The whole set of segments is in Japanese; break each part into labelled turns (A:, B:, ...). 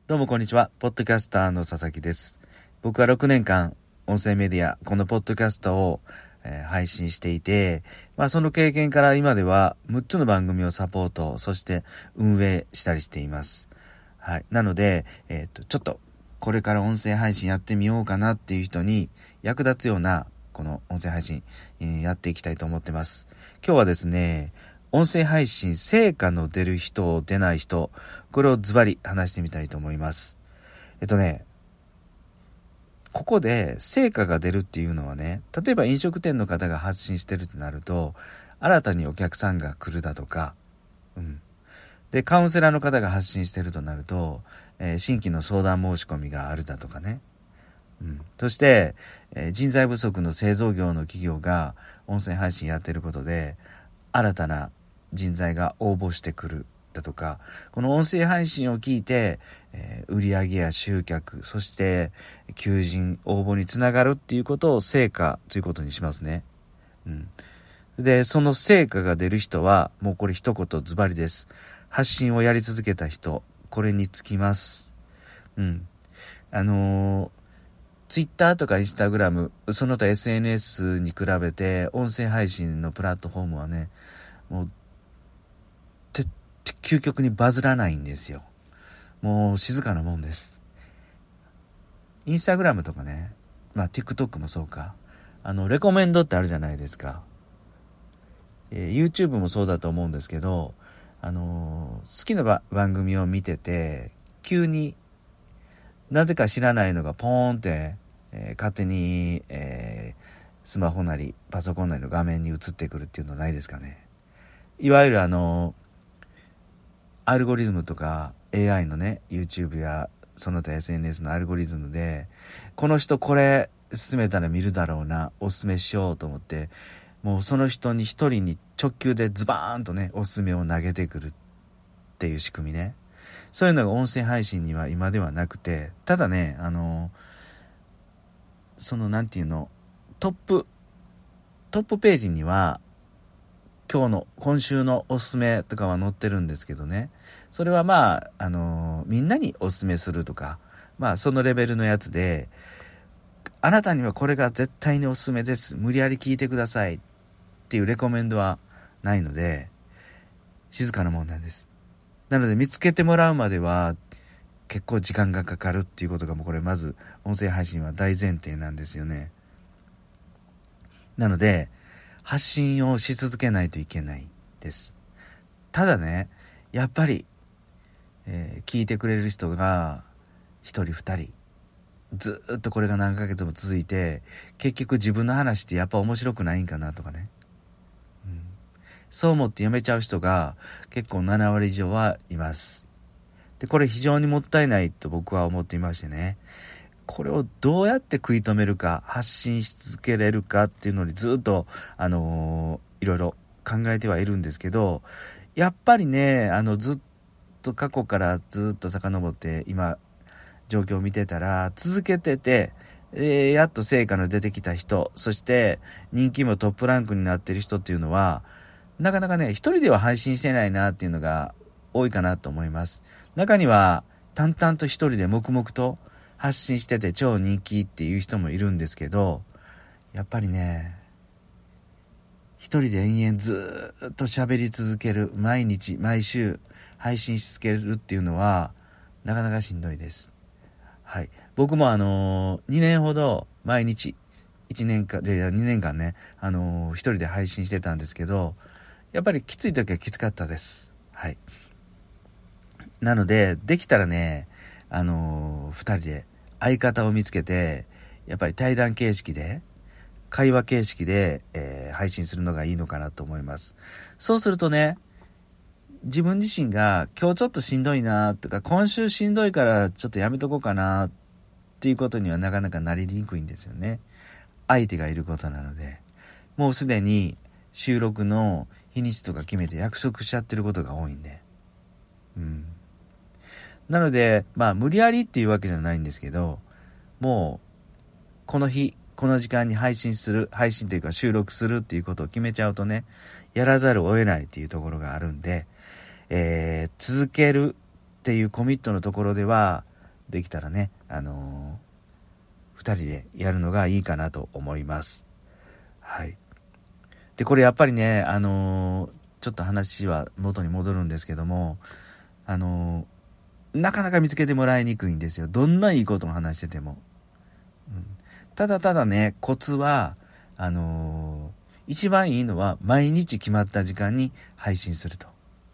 A: どうもこんにちは。ポッドキャスターの佐々木です。僕は6年間音声メディア、このポッドキャストを、配信していて、その経験から今では6つの番組をサポート、そして運営したりしています。はい。なので、ちょっとこれから音声配信やってみようかなっていう人に役立つようなこの音声配信、やっていきたいと思ってます。今日はですね、音声配信成果の出る人出ない人、これをズバリ話してみたいと思います。ここで成果が出るっていうのはね、例えば飲食店の方が発信してるとなると、新たにお客さんが来るだとか、でカウンセラーの方が発信してるとなると、新規の相談申し込みがあるだとかね、そして、人材不足の製造業の企業が音声配信やってることで新たな人材が応募してくるだとか、この音声配信を聞いて、売上や集客、そして求人応募につながるっていうことを成果ということにしますね。でその成果が出る人はもうこれ一言ズバリです。発信をやり続けた人、これにつきます。ツイッターとかインスタグラム、その他 SNS に比べて音声配信のプラットフォームはね、もう究極にバズらないんですよ。もう静かなもんです。インスタグラムとかね、TikTok もそうか、レコメンドってあるじゃないですか。YouTube もそうだと思うんですけど、好きな番組を見てて急になぜか知らないのがポーンって、勝手に、スマホなりパソコンなりの画面に映ってくるっていうのないですかね。いわゆるアルゴリズムとか AI のね YouTube やその他 SNS のアルゴリズムで、この人これ勧めたら見るだろうな、おすすめしようと思って、もうその人に一人に直球でズバーンとねおすすめを投げてくるっていう仕組みね。そういうのが音声配信には今ではなくて、ただね、トップページには今週のおすすめとかは載ってるんですけどね、それはみんなにおすすめするとか、そのレベルのやつで、あなたにはこれが絶対におすすめです、無理やり聞いてくださいっていうレコメンドはないので、静かなもんなんです。なので見つけてもらうまでは結構時間がかかるっていうことが、もうこれまず音声配信は大前提なんですよね。なので発信をし続けないといけないです。ただね、やっぱり、聞いてくれる人が一人二人、ずっとこれが何ヶ月も続いて、結局自分の話ってやっぱ面白くないんかなとかね、そう思ってやめちゃう人が結構7割以上はいます。でこれ非常にもったいないと僕は思っていましてね、これをどうやって食い止めるか、発信し続けれるかっていうのにずっといろいろ考えてはいるんですけど、やっぱりね、ずっと過去からずっと遡って今状況を見てたら、続けてて、やっと成果の出てきた人、そして人気もトップランクになってる人っていうのはなかなかね、一人では配信してないなっていうのが多いかなと思います。中には淡々と一人で黙々と発信してて超人気っていう人もいるんですけど、やっぱりね、一人で延々ずっと喋り続ける、毎日毎週配信し続けるっていうのはなかなかしんどいです。はい、僕も2年ほど毎日2年間ね、一人で配信してたんですけど、やっぱりきつい時はきつかったです。はい。なのでできたらね、2人で相方を見つけて、やっぱり対談形式で、会話形式で、配信するのがいいのかなと思います。そうするとね、自分自身が今日ちょっとしんどいなとか、今週しんどいからちょっとやめとこうかなっていうことにはなかなかなりにくいんですよね。相手がいることなので、もうすでに収録の日にちとか決めて約束しちゃってることが多いんで、なので無理やりっていうわけじゃないんですけど、もうこの日この時間に配信というか収録するっていうことを決めちゃうとね、やらざるを得ないっていうところがあるんで、続けるっていうコミットのところではできたらね、二人でやるのがいいかなと思います。はい。で、これやっぱりね、ちょっと話は元に戻るんですけども、なかなか見つけてもらいにくいんですよ。どんないいことも話してても。ただただね、コツは、一番いいのは毎日決まった時間に配信すると。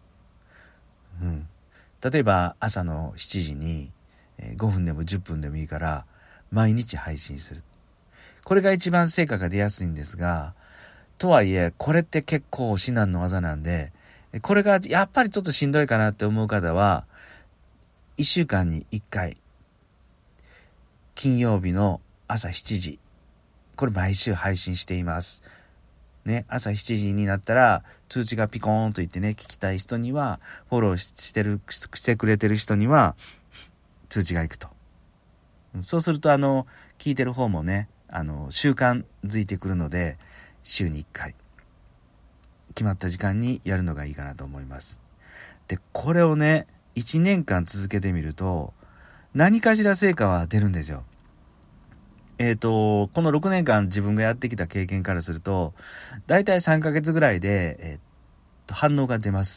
A: 例えば朝の7時に5分でも10分でもいいから毎日配信する。これが一番成果が出やすいんですが、とはいえこれって結構至難の技なんで、これがやっぱりちょっとしんどいかなって思う方は、1週間に1回金曜日の朝7時、これ毎週配信していますね。朝7時になったら通知がピコーンといってね、聞きたい人にはフォローしてくれてる人には通知がいくと。そうすると聞いてる方もね、習慣づいてくるので、週に1回決まった時間にやるのがいいかなと思います。で、これをね1年間続けてみると何かしら成果は出るんですよ。この6年間自分がやってきた経験からすると、だいたい3ヶ月ぐらいで、反応が出ます。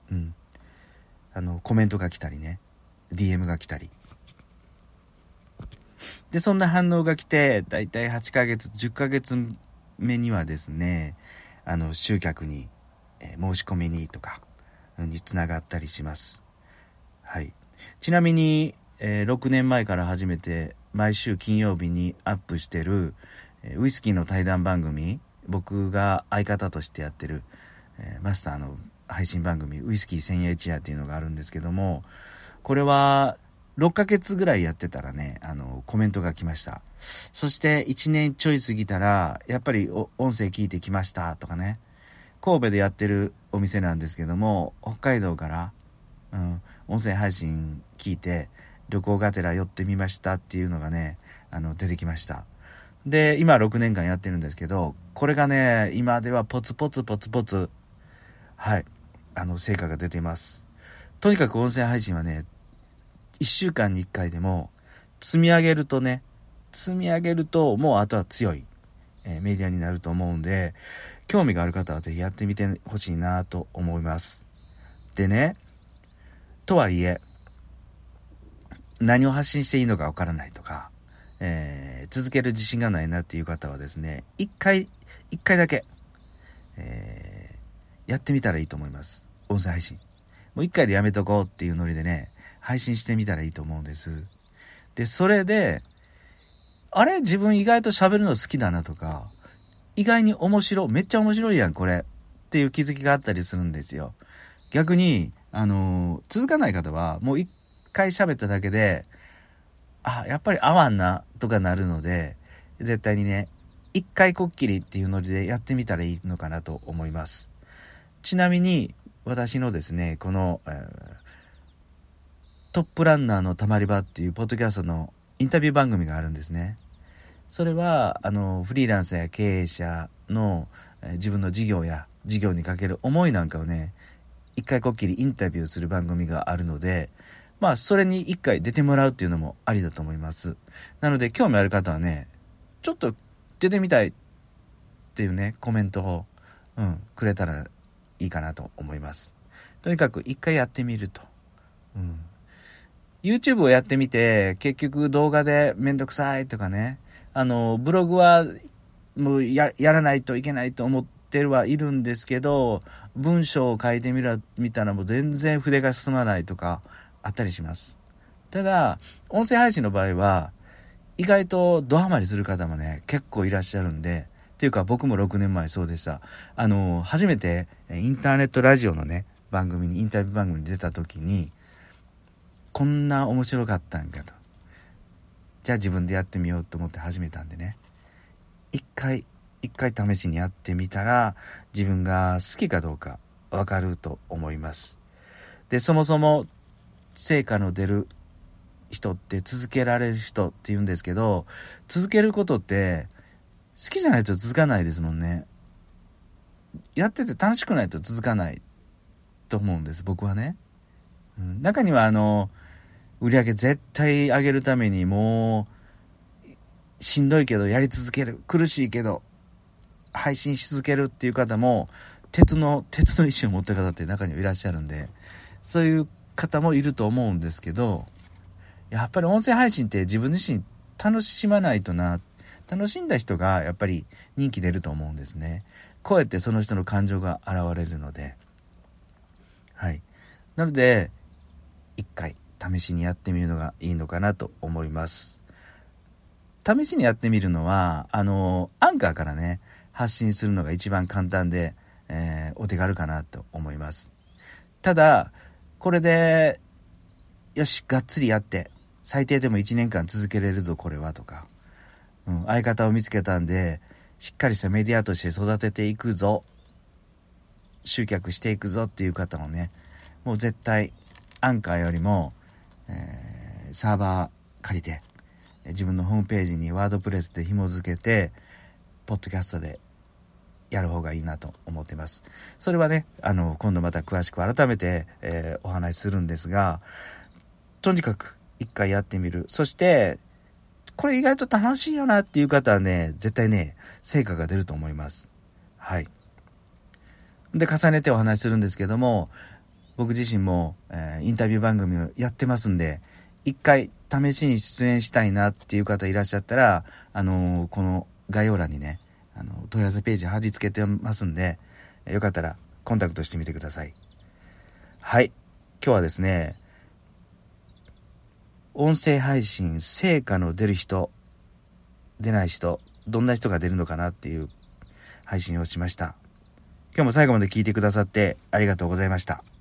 A: コメントが来たりね、DM が来たり。で、そんな反応が来て、だいたい8ヶ月、10ヶ月目にはですね、集客に、申し込みにとかにつながったりします。はい。ちなみに、6年前から始めて毎週金曜日にアップしてる、ウイスキーの対談番組、僕が相方としてやってる、マスターの配信番組ウイスキー1000夜一夜っていうのがあるんですけども、これは6ヶ月ぐらいやってたらね、コメントが来ました。そして1年ちょい過ぎたらやっぱり音声聞いてきましたとかね、神戸でやってるお店なんですけども、北海道から、音声配信聞いて旅行がてら寄ってみましたっていうのがね、出てきました。で、今6年間やってるんですけど、これがね、今ではポツポツ、はい、成果が出ています。とにかく音声配信はね、1週間に1回でも積み上げるともうあとは強い、メディアになると思うんで、興味がある方はぜひやってみてほしいなと思います。でね、とはいえ何を発信していいのかわからないとか、続ける自信がないなっていう方はですね、一回だけ、やってみたらいいと思います。音声配信もう1回でやめとこうっていうノリでね、配信してみたらいいと思うんです。で、それで自分意外と喋るの好きだなとか、意外にめっちゃ面白いやんこれっていう気づきがあったりするんですよ。逆に続かない方はもう1回喋っただけで、やっぱり合わんなとかなるので、絶対にね、1回こっきりっていうノリでやってみたらいいのかなと思います。ちなみに私のですね、この、トップランナーのたまり場っていうポッドキャストのインタビュー番組があるんですね。それはフリーランスや経営者の、自分の事業や事業にかける思いなんかをね、一回こっきりインタビューする番組があるので、それに一回出てもらうっていうのもありだと思います。なので興味ある方はね、ちょっと出てみたいっていうね、コメントを、くれたらいいかなと思います。とにかく一回やってみると。YouTube をやってみて結局動画でめんどくさいとかね、ブログはもう やらないといけないと思ってはいるんですけど、文章を書いてみたらもう全然筆が進まないとかあったりします。ただ音声配信の場合は意外とドハマりする方もね、結構いらっしゃるんで、っていうか僕も6年前そうでした。初めてインターネットラジオのねインタビュー番組に出た時に、こんな面白かったんかと、じゃあ自分でやってみようと思って始めたんでね、一回試しにやってみたら自分が好きかどうかわかると思います。で、そもそも成果の出る人って続けられる人って言うんですけど、続けることって好きじゃないと続かないですもんね。やってて楽しくないと続かないと思うんです、僕はね。中には売り上げ絶対上げるためにもうしんどいけどやり続ける、苦しいけど配信し続けるっていう方も鉄の意志を持った方って中にはいらっしゃるんで、そういう方もいると思うんですけど、やっぱり音声配信って自分自身楽しまないとな、楽しんだ人がやっぱり人気出ると思うんですね。こうやってその人の感情が現れるので、はい。なので一回試しにやってみるのがいいのかなと思います。試しにやってみるのはアンカーからね発信するのが一番簡単で、お手軽かなと思います。ただこれでよしがっつりやって最低でも1年間続けれるぞこれはとか、相方を見つけたんでしっかりしたメディアとして育てていくぞ、集客していくぞっていう方もね、もう絶対アンカーよりも、サーバー借りて自分のホームページにワードプレスで紐付けてポッドキャストでやる方がいいなと思っています。それはね今度また詳しく改めて、お話しするんですが、とにかく一回やってみる。そしてこれ意外と楽しいよなっていう方はね絶対ね成果が出ると思います。はい。で重ねてお話しするんですけども、僕自身も、インタビュー番組をやってますんで、一回試しに出演したいなっていう方いらっしゃったらこの概要欄にね問い合わせページ貼り付けてますんで、よかったらコンタクトしてみてください。はい。今日はですね、音声配信成果の出る人出ない人、どんな人が出るのかなっていう配信をしました。今日も最後まで聞いてくださってありがとうございました。